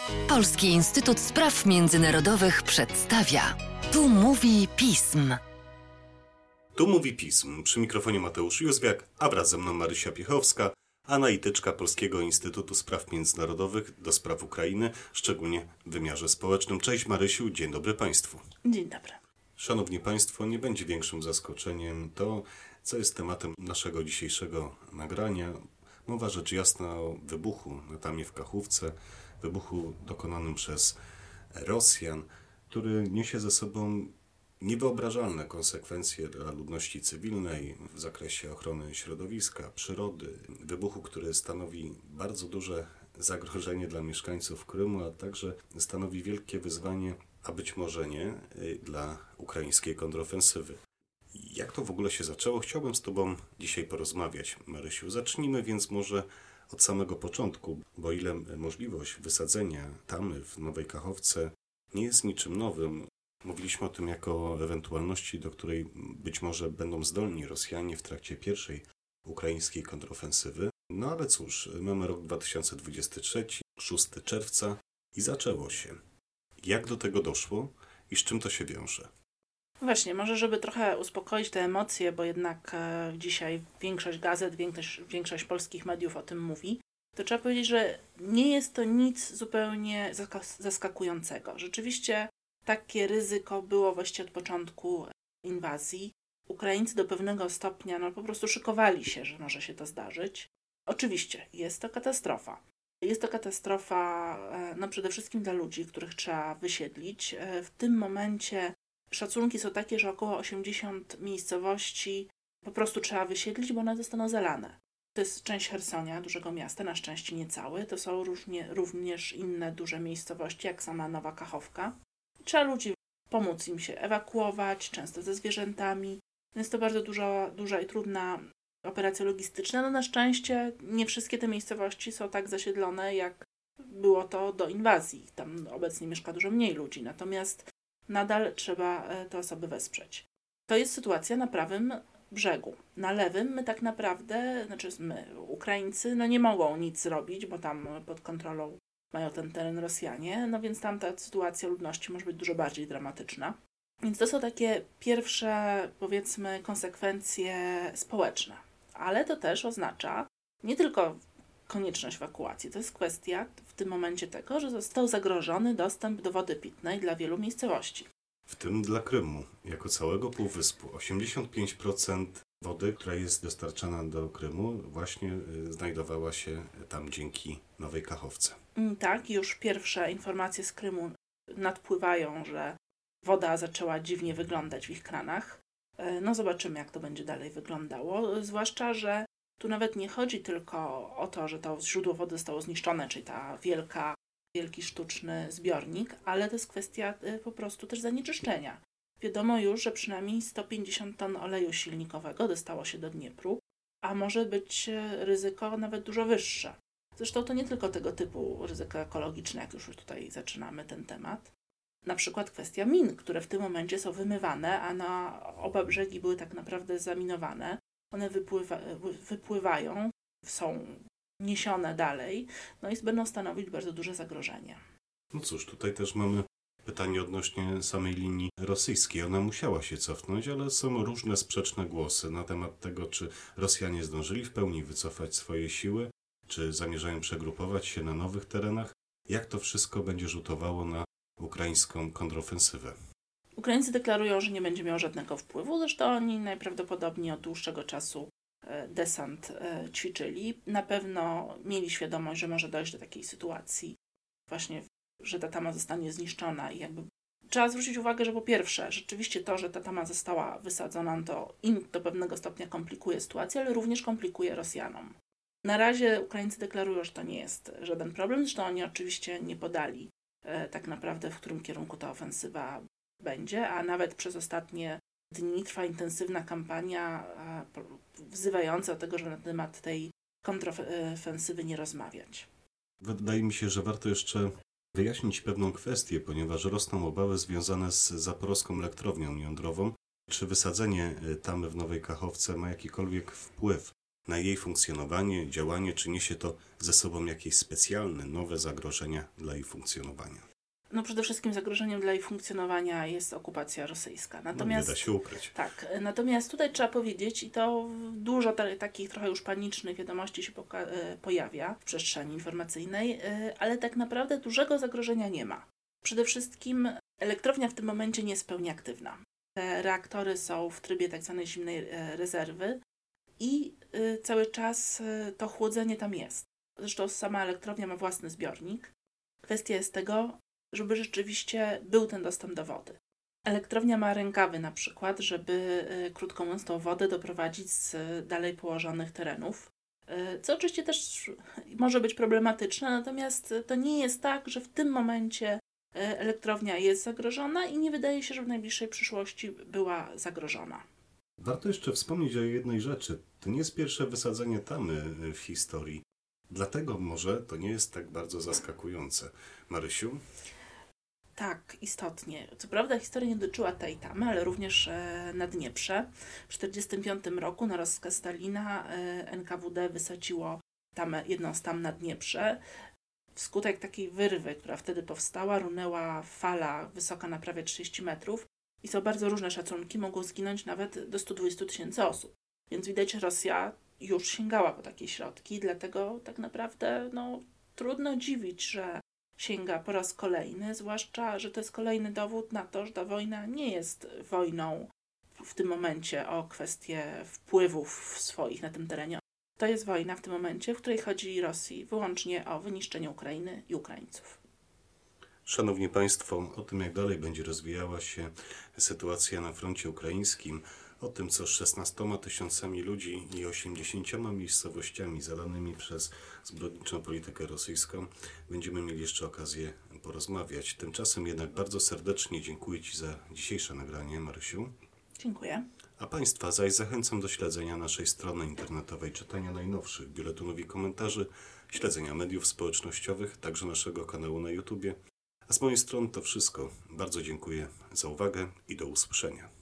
Polski Instytut Spraw Międzynarodowych przedstawia. Tu mówi pism. Tu mówi pism. Przy mikrofonie Mateusz Józwiak, a wraz ze mną Marysia Piechowska, analityczka Polskiego Instytutu Spraw Międzynarodowych do spraw Ukrainy, szczególnie w wymiarze społecznym. Cześć Marysiu, dzień dobry Państwu. Dzień dobry. Szanowni Państwo, nie będzie większym zaskoczeniem to, co jest tematem naszego dzisiejszego nagrania. Mowa rzecz jasna o wybuchu na Tamie w Kachówce, wybuchu dokonanym przez Rosjan, który niesie ze sobą niewyobrażalne konsekwencje dla ludności cywilnej w zakresie ochrony środowiska, przyrody. Wybuchu, który stanowi bardzo duże zagrożenie dla mieszkańców Krymu, a także stanowi wielkie wyzwanie, a być może nie, dla ukraińskiej kontrofensywy. Jak to w ogóle się zaczęło? Chciałbym z Tobą dzisiaj porozmawiać, Marysiu. Zacznijmy więc może od samego początku, bo ile możliwość wysadzenia tamy w Nowej Kachowce nie jest niczym nowym. Mówiliśmy o tym jako o ewentualności, do której być może będą zdolni Rosjanie w trakcie pierwszej ukraińskiej kontrofensywy. No ale cóż, mamy rok 2023, 6 czerwca i zaczęło się. Jak do tego doszło i z czym to się wiąże? Właśnie, może żeby trochę uspokoić te emocje, bo jednak dzisiaj większość gazet, większość polskich mediów o tym mówi, to trzeba powiedzieć, że nie jest to nic zupełnie zaskakującego. Rzeczywiście takie ryzyko było właściwie od początku inwazji. Ukraińcy do pewnego stopnia po prostu szykowali się, że może się to zdarzyć. Oczywiście jest to katastrofa. Jest to katastrofa przede wszystkim dla ludzi, których trzeba wysiedlić. W tym momencie szacunki są takie, że około 80 miejscowości po prostu trzeba wysiedlić, bo one zostaną zalane. To jest część Chersonia, dużego miasta, na szczęście nie cały. To są również inne duże miejscowości, jak sama Nowa Kachowka. Trzeba ludzi pomóc im się ewakuować, często ze zwierzętami. Jest to bardzo duża i trudna operacja logistyczna. Na szczęście nie wszystkie te miejscowości są tak zasiedlone, jak było to do inwazji. Tam obecnie mieszka dużo mniej ludzi, natomiast nadal trzeba te osoby wesprzeć. To jest sytuacja na prawym brzegu. Na lewym my tak naprawdę, Ukraińcy, nie mogą nic zrobić, bo tam pod kontrolą mają ten teren Rosjanie, więc tam ta sytuacja ludności może być dużo bardziej dramatyczna. Więc to są takie pierwsze, powiedzmy, konsekwencje społeczne. Ale to też oznacza nie tylko konieczność ewakuacji. To jest kwestia w tym momencie tego, że został zagrożony dostęp do wody pitnej dla wielu miejscowości. W tym dla Krymu, jako całego półwyspu. 85% wody, która jest dostarczana do Krymu, właśnie znajdowała się tam dzięki Nowej Kachowce. Tak, już pierwsze informacje z Krymu nadpływają, że woda zaczęła dziwnie wyglądać w ich kranach. Zobaczymy, jak to będzie dalej wyglądało. Zwłaszcza, że tu nawet nie chodzi tylko o to, że to źródło wody zostało zniszczone, czyli ta wielki sztuczny zbiornik, ale to jest kwestia po prostu też zanieczyszczenia. Wiadomo już, że przynajmniej 150 ton oleju silnikowego dostało się do Dniepru, a może być ryzyko nawet dużo wyższe. Zresztą to nie tylko tego typu ryzyko ekologiczne, jak już tutaj zaczynamy ten temat. Na przykład kwestia min, które w tym momencie są wymywane, a na oba brzegi były tak naprawdę zaminowane. One wypływają, są niesione dalej, i będą stanowić bardzo duże zagrożenie. No cóż, tutaj też mamy pytanie odnośnie samej linii rosyjskiej. Ona musiała się cofnąć, ale są różne sprzeczne głosy na temat tego, czy Rosjanie zdążyli w pełni wycofać swoje siły, czy zamierzają przegrupować się na nowych terenach. Jak to wszystko będzie rzutowało na ukraińską kontrofensywę? Ukraińcy deklarują, że nie będzie miał żadnego wpływu, zresztą oni najprawdopodobniej od dłuższego czasu desant ćwiczyli. Na pewno mieli świadomość, że może dojść do takiej sytuacji właśnie, że ta tama zostanie zniszczona i trzeba zwrócić uwagę, że po pierwsze, rzeczywiście to, że ta tama została wysadzona, to im do pewnego stopnia komplikuje sytuację, ale również komplikuje Rosjanom. Na razie Ukraińcy deklarują, że to nie jest żaden problem, zresztą oni oczywiście nie podali tak naprawdę, w którym kierunku ta ofensywa będzie, a nawet przez ostatnie dni trwa intensywna kampania wzywająca do tego, że na temat tej kontrofensywy nie rozmawiać. Wydaje mi się, że warto jeszcze wyjaśnić pewną kwestię, ponieważ rosną obawy związane z zaporowską elektrownią jądrową. Czy wysadzenie tamy w Nowej Kachowce ma jakikolwiek wpływ na jej funkcjonowanie, działanie, czy niesie to ze sobą jakieś specjalne, nowe zagrożenia dla jej funkcjonowania? No przede wszystkim zagrożeniem dla jej funkcjonowania jest okupacja rosyjska. Natomiast, nie da się ukryć. Tak, natomiast tutaj trzeba powiedzieć, i to dużo takich trochę już panicznych wiadomości się pojawia w przestrzeni informacyjnej, ale tak naprawdę dużego zagrożenia nie ma. Przede wszystkim elektrownia w tym momencie nie jest w pełni aktywna. Te reaktory są w trybie tak zwanej zimnej rezerwy i cały czas to chłodzenie tam jest. Zresztą sama elektrownia ma własny zbiornik. Kwestia jest tego, żeby rzeczywiście był ten dostęp do wody. Elektrownia ma rękawy na przykład, żeby krótko mówiąc tą wodę doprowadzić z dalej położonych terenów, co oczywiście też może być problematyczne, natomiast to nie jest tak, że w tym momencie elektrownia jest zagrożona i nie wydaje się, że w najbliższej przyszłości była zagrożona. Warto jeszcze wspomnieć o jednej rzeczy. To nie jest pierwsze wysadzenie tamy w historii. Dlatego może to nie jest tak bardzo zaskakujące. Marysiu? Tak, istotnie. Co prawda historia nie dotyczyła tej tamy, ale również na Dnieprze. W 1945 roku na rozkaz Stalina NKWD wysadziło jedną z tam na Dnieprze. Wskutek takiej wyrwy, która wtedy powstała, runęła fala wysoka na prawie 30 metrów i są bardzo różne szacunki, mogło zginąć nawet do 120 000 osób. Więc widać, że Rosja już sięgała po takie środki, dlatego tak naprawdę trudno dziwić, że sięga po raz kolejny, zwłaszcza, że to jest kolejny dowód na to, że ta wojna nie jest wojną w tym momencie o kwestie wpływów swoich na tym terenie. To jest wojna w tym momencie, w której chodzi Rosji wyłącznie o wyniszczenie Ukrainy i Ukraińców. Szanowni Państwo, o tym, jak dalej będzie rozwijała się sytuacja na froncie ukraińskim, o tym, co z 16 000 ludzi i 80 miejscowościami zalanymi przez zbrodniczą politykę rosyjską, będziemy mieli jeszcze okazję porozmawiać. Tymczasem jednak bardzo serdecznie dziękuję Ci za dzisiejsze nagranie, Marysiu. Dziękuję. A Państwa zaś zachęcam do śledzenia naszej strony internetowej, czytania najnowszych biuletynów i komentarzy, śledzenia mediów społecznościowych, także naszego kanału na YouTubie. A z mojej strony to wszystko. Bardzo dziękuję za uwagę i do usłyszenia.